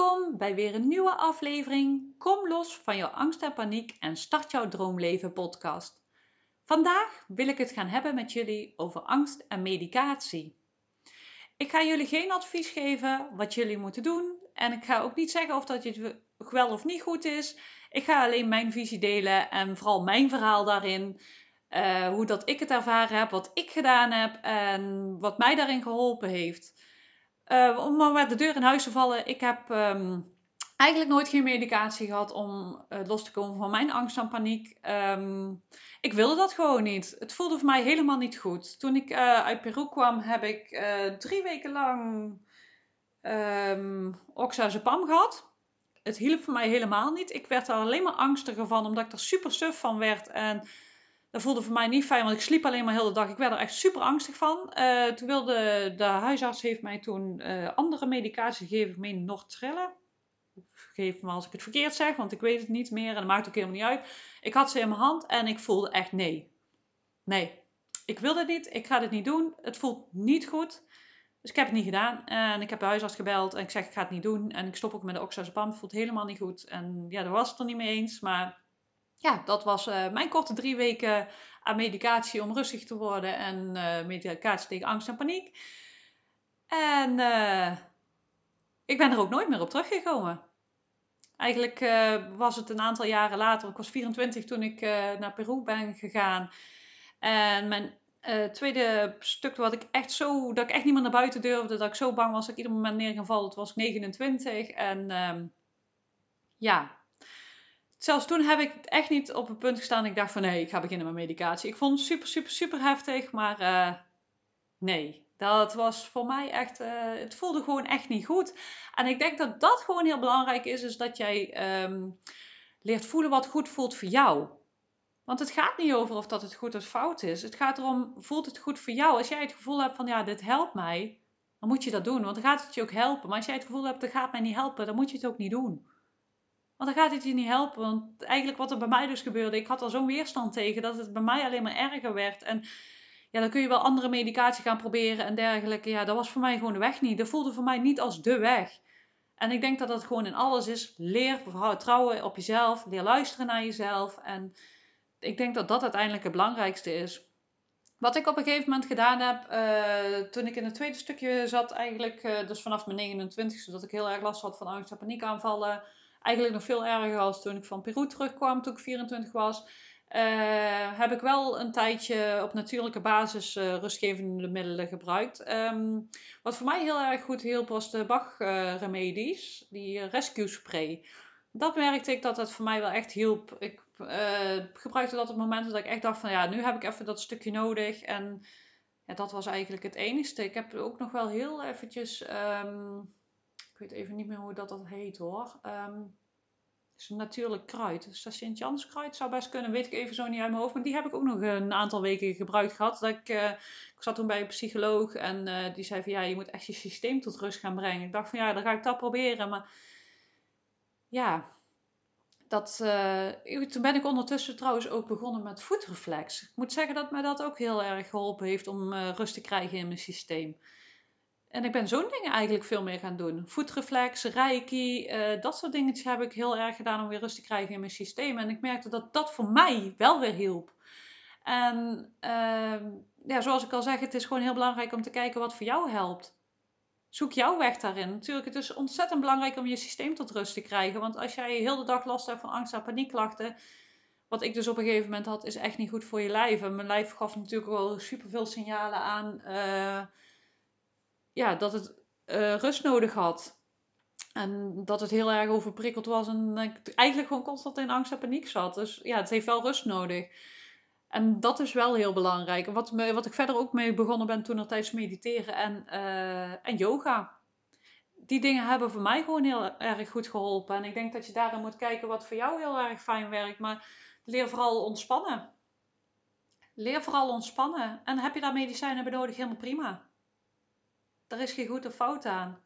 Welkom bij weer een nieuwe aflevering. Kom los van jouw angst en paniek en start jouw droomleven podcast. Vandaag wil ik het gaan hebben met jullie over angst en medicatie. Ik ga jullie geen advies geven wat jullie moeten doen. En ik ga ook niet zeggen of dat het wel of niet goed is. Ik ga alleen mijn visie delen en vooral mijn verhaal daarin. Hoe dat ik het ervaren heb, wat ik gedaan heb en wat mij daarin geholpen heeft. Om maar met de deur in huis te vallen. Ik heb eigenlijk nooit geen medicatie gehad om los te komen van mijn angst en paniek. Ik wilde dat gewoon niet. Het voelde voor mij helemaal niet goed. Toen ik uit Peru kwam, heb ik 3 weken lang oxazepam gehad. Het hielp voor mij helemaal niet. Ik werd er alleen maar angstiger van, omdat ik er super suf van werd. En dat voelde voor mij niet fijn, want ik sliep alleen maar heel de dag. Ik werd er echt super angstig van. Toen wilde de huisarts heeft mij toen andere medicatie gegeven. Ik meen Nortrelle. Vergeef me als ik het verkeerd zeg, want ik weet het niet meer. En dat maakt ook helemaal niet uit. Ik had ze in mijn hand en ik voelde echt nee. Nee, ik wil dit niet. Ik ga dit niet doen. Het voelt niet goed. Dus ik heb het niet gedaan. En ik heb de huisarts gebeld en ik zeg ik ga het niet doen. En ik stop ook met de oxazepam. Het voelt helemaal niet goed. En ja, daar was het er niet mee eens. Maar ja, dat was mijn korte 3 weken aan medicatie om rustig te worden. En medicatie tegen angst en paniek. En ik ben er ook nooit meer op teruggekomen. Eigenlijk was het een aantal jaren later. Ik was 24 toen ik naar Peru ben gegaan. En mijn tweede stuk wat ik echt zo, dat ik echt niet meer naar buiten durfde. Dat ik zo bang was dat ik ieder moment neer ging vallen. Het was 29. En ja, zelfs toen heb ik echt niet op een punt gestaan. Ik dacht van nee, ik ga beginnen met medicatie. Ik vond het super, super, super heftig. Maar nee, dat was voor mij echt, het voelde gewoon echt niet goed. En ik denk dat dat gewoon heel belangrijk is dat jij leert voelen wat goed voelt voor jou. Want het gaat niet over of dat het goed of fout is. Het gaat erom, voelt het goed voor jou? Als jij het gevoel hebt van, ja, dit helpt mij, dan moet je dat doen. Want dan gaat het je ook helpen. Maar als jij het gevoel hebt, dat gaat mij niet helpen, dan moet je het ook niet doen. Want dan gaat het je niet helpen. Want eigenlijk wat er bij mij dus gebeurde, ik had er zo'n weerstand tegen, dat het bij mij alleen maar erger werd. En ja, dan kun je wel andere medicatie gaan proberen en dergelijke. Ja, dat was voor mij gewoon de weg niet. Dat voelde voor mij niet als de weg. En ik denk dat dat gewoon in alles is. Leer vertrouwen op jezelf. Leer luisteren naar jezelf. En ik denk dat dat uiteindelijk het belangrijkste is. Wat ik op een gegeven moment gedaan heb, toen ik in het tweede stukje zat, eigenlijk, dus vanaf mijn 29, dat ik heel erg last had van angst- en paniekaanvallen. Eigenlijk nog veel erger als toen ik van Peru terugkwam, toen ik 24 was. Heb ik wel een tijdje op natuurlijke basis rustgevende middelen gebruikt. Wat voor mij heel erg goed hielp was de Bach-remedies, die rescue spray. Dat merkte ik dat het voor mij wel echt hielp. Ik gebruikte dat op momenten dat ik echt dacht van ja, nu heb ik even dat stukje nodig. En ja, dat was eigenlijk het enigste. Ik heb ook nog wel heel eventjes, ik weet even niet meer hoe dat heet hoor. Het is een natuurlijk kruid. Dus dat Sint-Jans kruid zou best kunnen, weet ik even zo niet uit mijn hoofd. Maar die heb ik ook nog een aantal weken gebruikt gehad. Ik zat toen bij een psycholoog en die zei van ja, je moet echt je systeem tot rust gaan brengen. Ik dacht van ja, dan ga ik dat proberen. Maar ja, toen ben ik ondertussen trouwens ook begonnen met voetreflex. Ik moet zeggen dat mij dat ook heel erg geholpen heeft om rust te krijgen in mijn systeem. En ik ben zo'n dingen eigenlijk veel meer gaan doen. Voetreflex, reiki, dat soort dingetjes heb ik heel erg gedaan om weer rust te krijgen in mijn systeem. En ik merkte dat dat voor mij wel weer hielp. En ja, zoals ik al zeg, het is gewoon heel belangrijk om te kijken wat voor jou helpt. Zoek jouw weg daarin. Natuurlijk, het is ontzettend belangrijk om je systeem tot rust te krijgen. Want als jij heel de dag last hebt van angst- en paniekklachten, wat ik dus op een gegeven moment had, is echt niet goed voor je lijf. En mijn lijf gaf natuurlijk wel superveel signalen aan ja, dat het rust nodig had. En dat het heel erg overprikkeld was en ik eigenlijk gewoon constant in angst en paniek zat. Dus ja, het heeft wel rust nodig. En dat is wel heel belangrijk. Wat ik verder ook mee begonnen ben toen tijdens mediteren en yoga. Die dingen hebben voor mij gewoon heel erg goed geholpen. En ik denk dat je daarin moet kijken wat voor jou heel erg fijn werkt. Maar leer vooral ontspannen. Leer vooral ontspannen. En heb je daar medicijnen bij nodig, helemaal prima. Er is geen goed of fout aan.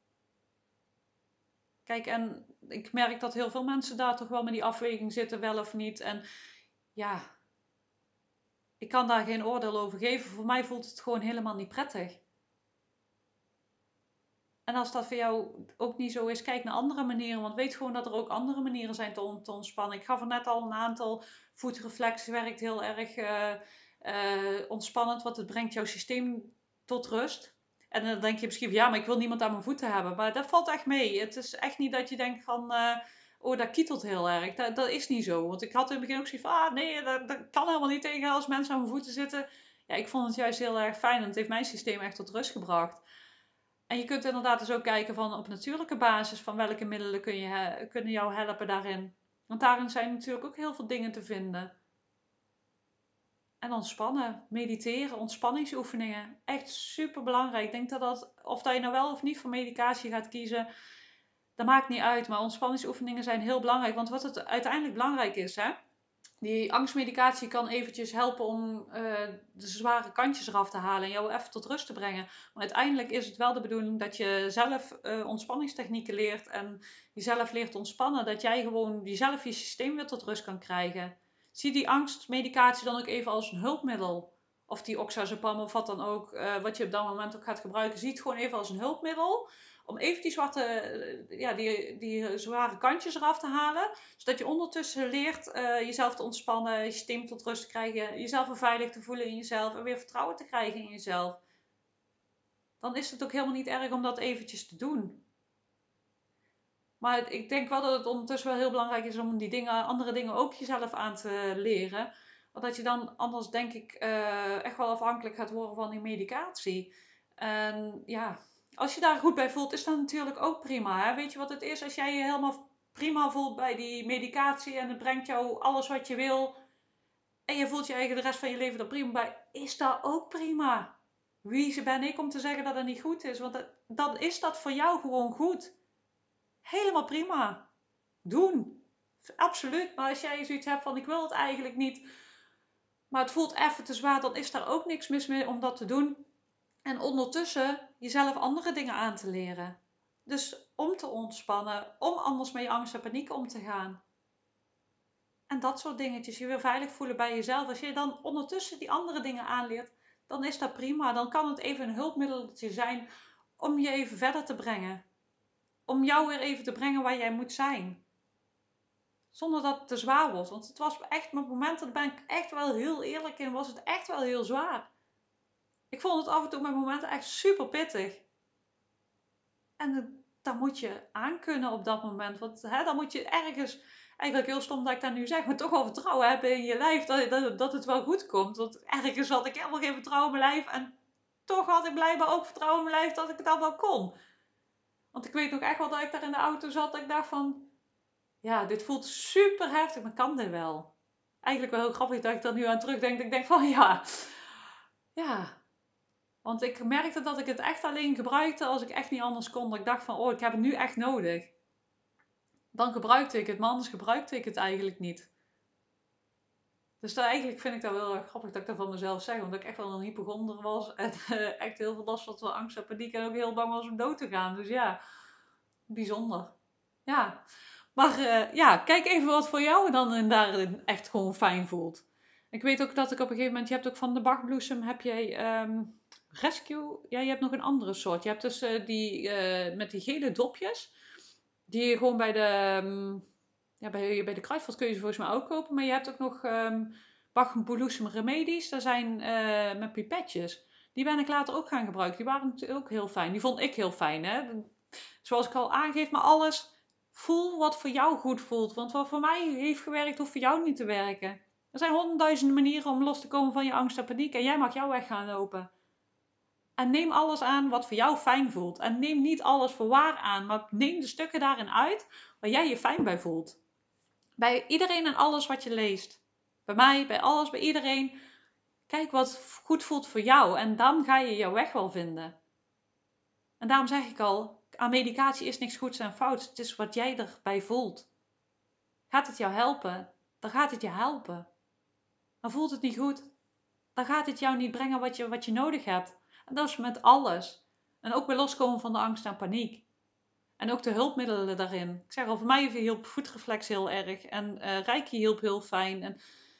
Kijk, en ik merk dat heel veel mensen daar toch wel met die afweging zitten, wel of niet. En ja, ik kan daar geen oordeel over geven. Voor mij voelt het gewoon helemaal niet prettig. En als dat voor jou ook niet zo is, kijk naar andere manieren. Want weet gewoon dat er ook andere manieren zijn te ontspannen. Ik gaf er net al een aantal. Voetreflex werkt heel erg ontspannend. Want het brengt jouw systeem tot rust. En dan denk je misschien van ja, maar ik wil niemand aan mijn voeten hebben. Maar dat valt echt mee. Het is echt niet dat je denkt van oh, dat kietelt heel erg. Dat is niet zo. Want ik had in het begin ook zoiets van nee, dat kan helemaal niet tegen als mensen aan mijn voeten zitten. Ja, ik vond het juist heel erg fijn. En het heeft mijn systeem echt tot rust gebracht. En je kunt inderdaad dus ook kijken van op natuurlijke basis van welke middelen kunnen jou helpen daarin. Want daarin zijn natuurlijk ook heel veel dingen te vinden. En ontspannen, mediteren, ontspanningsoefeningen. Echt super belangrijk. Ik denk of dat je nou wel of niet voor medicatie gaat kiezen, dat maakt niet uit. Maar ontspanningsoefeningen zijn heel belangrijk. Want wat het uiteindelijk belangrijk is, hè. Die angstmedicatie kan eventjes helpen om de zware kantjes eraf te halen en jou even tot rust te brengen. Maar uiteindelijk is het wel de bedoeling dat je zelf ontspanningstechnieken leert en jezelf leert ontspannen. Dat jij gewoon jezelf je systeem weer tot rust kan krijgen. Zie die angstmedicatie dan ook even als een hulpmiddel. Of die oxazepam of wat dan ook, wat je op dat moment ook gaat gebruiken. Zie het gewoon even als een hulpmiddel. Om even die zware kantjes eraf te halen. Zodat je ondertussen leert jezelf te ontspannen, je systeem tot rust te krijgen, jezelf weer veilig te voelen in jezelf en weer vertrouwen te krijgen in jezelf. Dan is het ook helemaal niet erg om dat eventjes te doen. Maar ik denk wel dat het ondertussen wel heel belangrijk is om die andere dingen ook jezelf aan te leren. Want dat je dan anders denk ik echt wel afhankelijk gaat worden van die medicatie. En ja, als je daar goed bij voelt, is dat natuurlijk ook prima. Hè? Weet je wat het is? Als jij je helemaal prima voelt bij die medicatie en het brengt jou alles wat je wil. En je voelt je eigen de rest van je leven er prima bij. Is dat ook prima? Wie ben ik om te zeggen dat het niet goed is? Want dan is dat voor jou gewoon goed. Helemaal prima. Doen. Absoluut. Maar als jij zoiets hebt van ik wil het eigenlijk niet. Maar het voelt even te zwaar. Dan is daar ook niks mis mee om dat te doen. En ondertussen jezelf andere dingen aan te leren. Dus om te ontspannen. Om anders met je angst en paniek om te gaan. En dat soort dingetjes. Je weer veilig voelen bij jezelf. Als je dan ondertussen die andere dingen aanleert. Dan is dat prima. Dan kan het even een hulpmiddeltje zijn. Om je even verder te brengen. Om jou weer even te brengen waar jij moet zijn. Zonder dat het te zwaar wordt. Want het was echt met momenten, daar ben ik echt wel heel eerlijk in, was het echt wel heel zwaar. Ik vond het af en toe met momenten echt super pittig. En dat moet je aankunnen op dat moment. Want dan moet je ergens, eigenlijk heel stom dat ik dat nu zeg, maar toch wel vertrouwen hebben in je lijf dat het wel goed komt. Want ergens had ik helemaal geen vertrouwen in mijn lijf. En toch had ik blijkbaar ook vertrouwen in mijn lijf dat ik het al wel kon. Want ik weet nog echt wel dat ik daar in de auto zat. Dat ik dacht van, ja, dit voelt super heftig, maar kan dit wel? Eigenlijk wel heel grappig dat ik er nu aan terugdenk. Ik denk van ja. Want ik merkte dat ik het echt alleen gebruikte als ik echt niet anders kon. Dat ik dacht van, oh, ik heb het nu echt nodig. Dan gebruikte ik het, maar anders gebruikte ik het eigenlijk niet. Dus eigenlijk vind ik dat wel erg grappig dat ik dat van mezelf zeg. Omdat ik echt wel een hypochonder was. En echt heel veel last had van angst en paniek. En ook heel bang was om dood te gaan. Dus ja, bijzonder. Ja. Maar kijk even wat voor jou dan en daarin echt gewoon fijn voelt. Ik weet ook dat ik op een gegeven moment, je hebt ook van de Bachbloesem, heb jij Rescue. Ja, je hebt nog een andere soort. Je hebt dus die met die gele dopjes. Die je gewoon bij de, bij de Kruidvat kun je ze volgens mij ook kopen. Maar je hebt ook nog Bachbloesem Remedies. Dat zijn met pipetjes. Die ben ik later ook gaan gebruiken. Die waren natuurlijk ook heel fijn. Die vond ik heel fijn. Hè? Zoals ik al aangeef, maar alles. Voel wat voor jou goed voelt. Want wat voor mij heeft gewerkt, hoeft voor jou niet te werken. Er zijn 100.000 manieren om los te komen van je angst en paniek. En jij mag jouw weg gaan lopen. En neem alles aan wat voor jou fijn voelt. En neem niet alles voor waar aan. Maar neem de stukken daarin uit waar jij je fijn bij voelt. Bij iedereen en alles wat je leest. Bij mij, bij alles, bij iedereen. Kijk wat goed voelt voor jou. En dan ga je jouw weg wel vinden. En daarom zeg ik al, aan medicatie is niks goeds en fouts. Het is wat jij erbij voelt. Gaat het jou helpen? Dan gaat het je helpen. Maar voelt het niet goed? Dan gaat het jou niet brengen wat je nodig hebt. En dat is met alles. En ook weer loskomen van de angst en paniek. En ook de hulpmiddelen daarin. Ik zeg al, voor mij hielp voetreflex heel erg. En Reiki hielp heel fijn.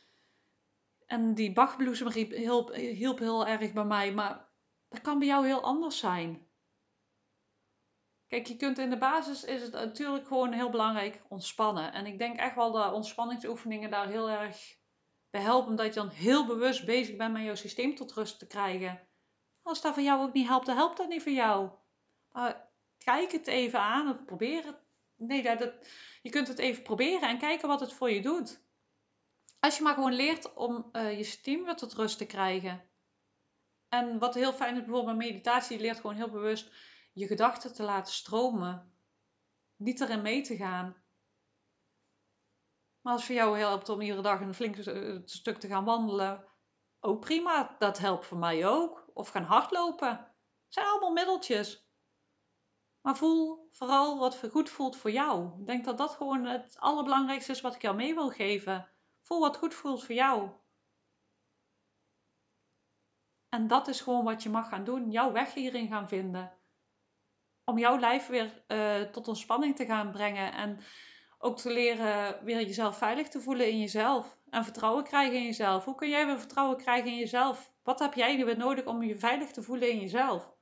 En die Bachbloesem hielp heel erg bij mij. Maar dat kan bij jou heel anders zijn. Kijk, je kunt in de basis is het natuurlijk gewoon heel belangrijk ontspannen. En ik denk echt wel dat ontspanningsoefeningen daar heel erg bij helpen. Omdat je dan heel bewust bezig bent met jouw systeem tot rust te krijgen. Als dat voor jou ook niet helpt, dan helpt dat niet voor jou. Maar kijk het even aan of probeer het. Nee, je kunt het even proberen en kijken wat het voor je doet. Als je maar gewoon leert om je systeem weer tot rust te krijgen. En wat heel fijn is bijvoorbeeld bij meditatie, je leert gewoon heel bewust je gedachten te laten stromen. Niet erin mee te gaan. Maar als het voor jou helpt om iedere dag een flink stuk te gaan wandelen, ook prima. Dat helpt voor mij ook. Of gaan hardlopen. Het zijn allemaal middeltjes. Maar voel vooral wat goed voelt voor jou. Ik denk dat dat gewoon het allerbelangrijkste is wat ik jou mee wil geven. Voel wat goed voelt voor jou. En dat is gewoon wat je mag gaan doen. Jouw weg hierin gaan vinden. Om jouw lijf weer tot ontspanning te gaan brengen. En ook te leren weer jezelf veilig te voelen in jezelf. En vertrouwen krijgen in jezelf. Hoe kun jij weer vertrouwen krijgen in jezelf? Wat heb jij nu weer nodig om je veilig te voelen in jezelf?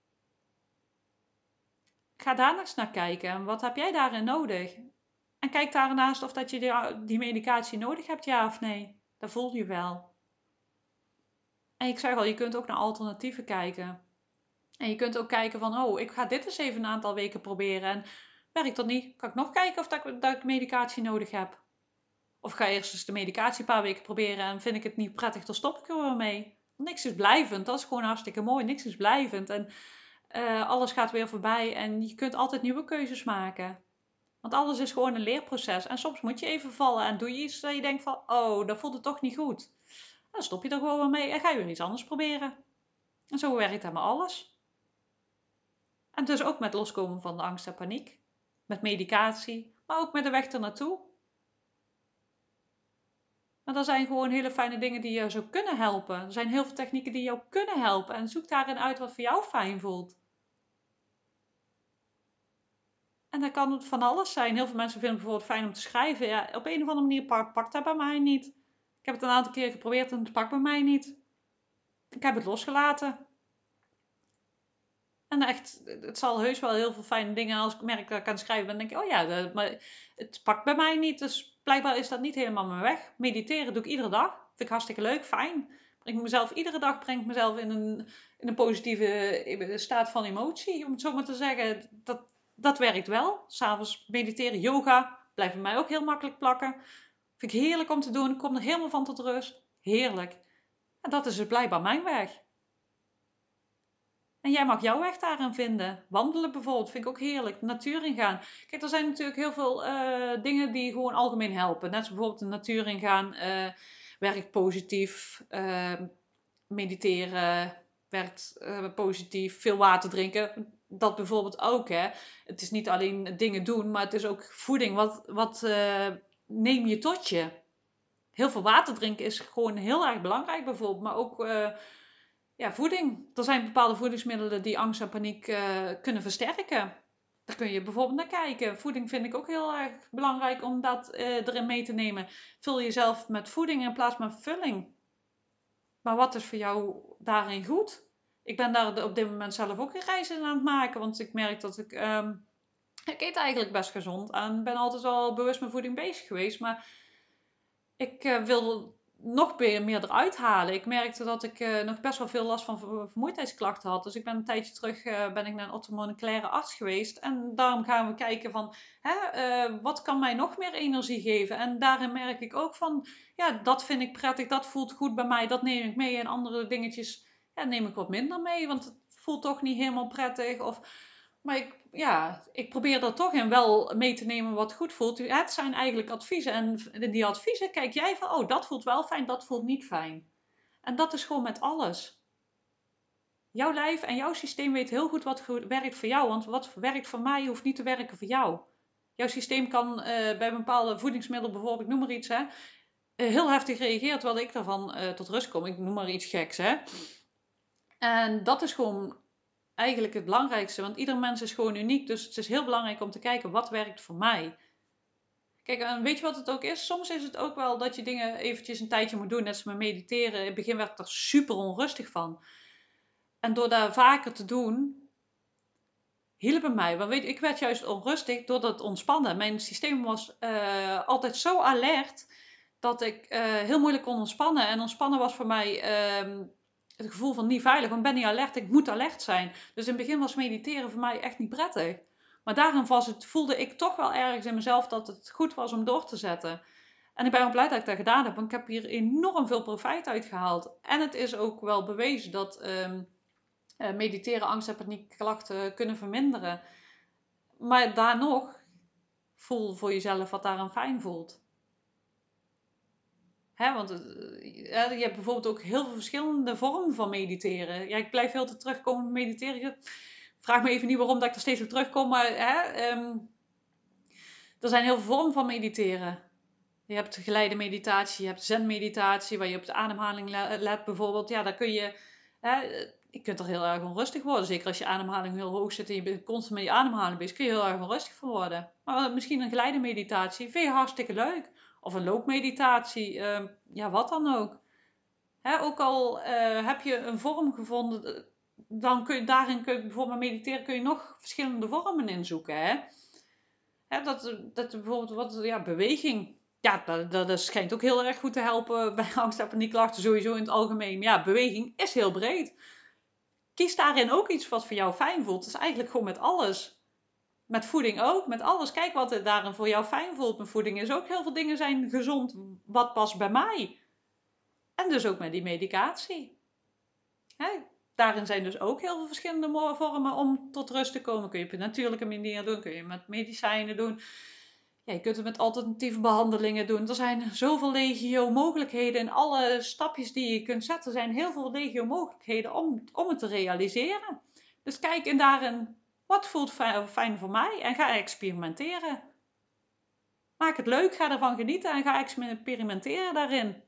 Ga daar eens naar kijken. En wat heb jij daarin nodig? En kijk daarnaast of dat je die medicatie nodig hebt, ja of nee. Dat voel je wel. En ik zeg al, je kunt ook naar alternatieven kijken. En je kunt ook kijken van, oh, ik ga dit eens even een aantal weken proberen. En werkt dat niet, kan ik nog kijken of dat ik medicatie nodig heb. Of ga eerst eens de medicatie een paar weken proberen en vind ik het niet prettig, dan stop ik er weer mee. Niks is blijvend, dat is gewoon hartstikke mooi. Niks is blijvend en alles gaat weer voorbij en je kunt altijd nieuwe keuzes maken. Want alles is gewoon een leerproces en soms moet je even vallen en doe je iets dat je denkt van, oh, dat voelt het toch niet goed. Dan stop je er gewoon weer mee en ga je weer iets anders proberen. En zo werkt dat met alles. En dus ook met loskomen van de angst en paniek. Met medicatie, maar ook met de weg ernaartoe. Maar dat zijn gewoon hele fijne dingen die je zo kunnen helpen. Er zijn heel veel technieken die jou kunnen helpen. En zoek daarin uit wat voor jou fijn voelt. En dat kan van alles zijn. Heel veel mensen vinden het bijvoorbeeld fijn om te schrijven. Ja, op een of andere manier pakt dat bij mij niet. Ik heb het een aantal keer geprobeerd en het pakt bij mij niet. Ik heb het losgelaten. En echt, het zal heus wel heel veel fijne dingen. Als ik merk dat ik aan het schrijven ben, denk ik, oh ja, maar het pakt bij mij niet. Dus blijkbaar is dat niet helemaal mijn weg. Mediteren doe ik iedere dag. Vind ik hartstikke leuk, fijn. Iedere dag in een positieve staat van emotie, om het zo maar te zeggen. Dat werkt wel. 'S Avonds mediteren, yoga, blijft bij mij ook heel makkelijk plakken. Vind ik heerlijk om te doen. Ik kom er helemaal van tot rust. Heerlijk. En dat is dus blijkbaar mijn weg. En jij mag jouw weg daarin vinden. Wandelen bijvoorbeeld, vind ik ook heerlijk. De natuur in gaan. Kijk, er zijn natuurlijk heel veel dingen die gewoon algemeen helpen. Net zoals bijvoorbeeld de natuur in gaan. Werkt positief. Mediteren werkt positief. Veel water drinken. Dat bijvoorbeeld ook. Hè. Het is niet alleen dingen doen, maar het is ook voeding. Wat neem je tot je? Heel veel water drinken is gewoon heel erg belangrijk bijvoorbeeld. Maar ook ja, voeding. Er zijn bepaalde voedingsmiddelen die angst en paniek kunnen versterken. Daar kun je bijvoorbeeld naar kijken. Voeding vind ik ook heel erg belangrijk om dat erin mee te nemen. Vul jezelf met voeding in plaats van vulling. Maar wat is voor jou daarin goed? Ik ben daar op dit moment zelf ook een reis in aan het maken. Want ik merk dat ik eet eigenlijk best gezond. En ben altijd wel bewust met voeding bezig geweest. Maar ik wil nog meer eruit halen. Ik merkte dat ik nog best wel veel last van vermoeidheidsklachten had. Dus ik ben een tijdje terug ben ik naar een orthomoleculaire arts geweest. En daarom gaan we kijken van, wat kan mij nog meer energie geven? En daarin merk ik ook van, ja, dat vind ik prettig, dat voelt goed bij mij, dat neem ik mee. En andere dingetjes, ja, neem ik wat minder mee, want het voelt toch niet helemaal prettig. Maar ik probeer er toch in wel mee te nemen wat goed voelt. Het zijn eigenlijk adviezen. En die adviezen kijk jij van, oh, dat voelt wel fijn, dat voelt niet fijn. En dat is gewoon met alles. Jouw lijf en jouw systeem weet heel goed wat werkt voor jou. Want wat werkt voor mij hoeft niet te werken voor jou. Jouw systeem kan bij een bepaalde voedingsmiddel bijvoorbeeld, ik noem maar iets, heel heftig reageren terwijl ik daarvan tot rust kom. Ik noem maar iets geks. Hè. En dat is gewoon eigenlijk het belangrijkste. Want ieder mens is gewoon uniek. Dus het is heel belangrijk om te kijken wat werkt voor mij. Kijk, en weet je wat het ook is? Soms is het ook wel dat je dingen eventjes een tijdje moet doen. Net als met mediteren. In het begin werd ik er super onrustig van. En door dat vaker te doen, hielpen mij. Want weet je, ik werd juist onrustig door dat ontspannen. Mijn systeem was altijd zo alert dat ik heel moeilijk kon ontspannen. En ontspannen was voor mij het gevoel van niet veilig. Want ik ben niet alert, ik moet alert zijn. Dus in het begin was mediteren voor mij echt niet prettig. Maar daarin voelde ik toch wel ergens in mezelf dat het goed was om door te zetten. En ik ben ook blij dat ik dat gedaan heb, want ik heb hier enorm veel profijt uit gehaald. En het is ook wel bewezen dat mediteren angst- en paniekklachten kunnen verminderen. Maar daar nog, voel voor jezelf wat daaraan fijn voelt. Want je hebt bijvoorbeeld ook heel veel verschillende vormen van mediteren. Ja, ik blijf heel te terugkomen op mediteren. Vraag me even niet waarom dat ik er steeds op terugkom, maar er zijn heel veel vormen van mediteren. Je hebt geleide meditatie, je hebt zen-meditatie, waar je op de ademhaling let bijvoorbeeld. Ja, daar kun je... je kunt er heel erg onrustig worden. Zeker als je ademhaling heel hoog zit en je bent constant met je ademhaling bezig, kun je heel erg onrustig van worden. Maar misschien een geleide meditatie vind je hartstikke leuk. Of een loopmeditatie, ja, wat dan ook. Ook al heb je een vorm gevonden, dan kun je bijvoorbeeld mediteren, kun je nog verschillende vormen inzoeken. Dat bijvoorbeeld beweging. Ja, dat schijnt ook heel erg goed te helpen bij angst- en paniekklachten, sowieso in het algemeen. Ja, beweging is heel breed. Kies daarin ook iets wat voor jou fijn voelt. Dat is eigenlijk gewoon met alles. Met voeding ook, met alles. Kijk wat er daarin voor jou fijn voelt. Met voeding is ook heel veel dingen zijn gezond. Wat past bij mij? En dus ook met die medicatie. Daarin zijn dus ook heel veel verschillende vormen om tot rust te komen. Kun je op een natuurlijke manier doen, kun je met medicijnen doen. Ja, je kunt het met alternatieve behandelingen doen. Er zijn zoveel legio mogelijkheden in alle stapjes die je kunt zetten. Er zijn heel veel legio mogelijkheden om het te realiseren. Dus kijk en daarin, wat voelt fijn voor mij? En ga experimenteren. Maak het leuk, ga ervan genieten en ga experimenteren daarin.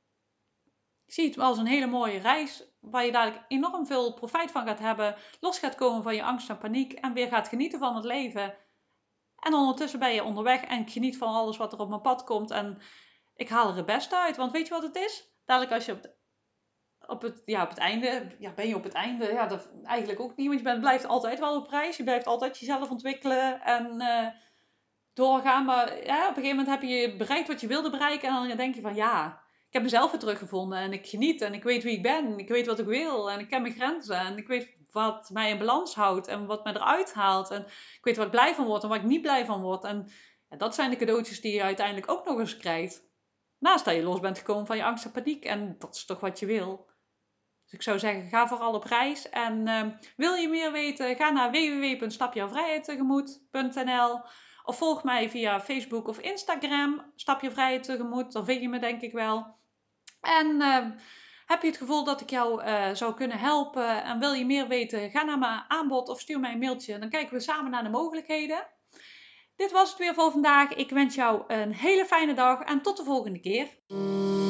Zie het als een hele mooie reis waar je dadelijk enorm veel profijt van gaat hebben. Los gaat komen van je angst en paniek en weer gaat genieten van het leven. En ondertussen ben je onderweg en geniet van alles wat er op mijn pad komt. En ik haal er het beste uit. Want weet je wat het is? Dadelijk als je op het einde... Ja, ben je op het einde? Ja, dat eigenlijk ook niet. Want je blijft altijd wel op reis. Je blijft altijd jezelf ontwikkelen en doorgaan. Maar ja, op een gegeven moment heb je bereikt wat je wilde bereiken. En dan denk je van ja, ik heb mezelf weer teruggevonden. En ik geniet en ik weet wie ik ben. Ik weet wat ik wil. En ik ken mijn grenzen. En ik weet wat mij in balans houdt. En wat mij eruit haalt. En ik weet waar ik blij van word en waar ik niet blij van word. En ja, dat zijn de cadeautjes die je uiteindelijk ook nog eens krijgt. Naast dat je los bent gekomen van je angst en paniek. En dat is toch wat je wil. Dus ik zou zeggen, ga vooral op reis. En wil je meer weten, ga naar www.stapjouwvrijheidtegemoet.nl of volg mij via Facebook of Instagram, Stap Je Vrijheid Tegemoet. Dan vind je me denk ik wel. En heb je het gevoel dat ik jou zou kunnen helpen en wil je meer weten, ga naar mijn aanbod of stuur mij een mailtje. Dan kijken we samen naar de mogelijkheden. Dit was het weer voor vandaag. Ik wens jou een hele fijne dag en tot de volgende keer.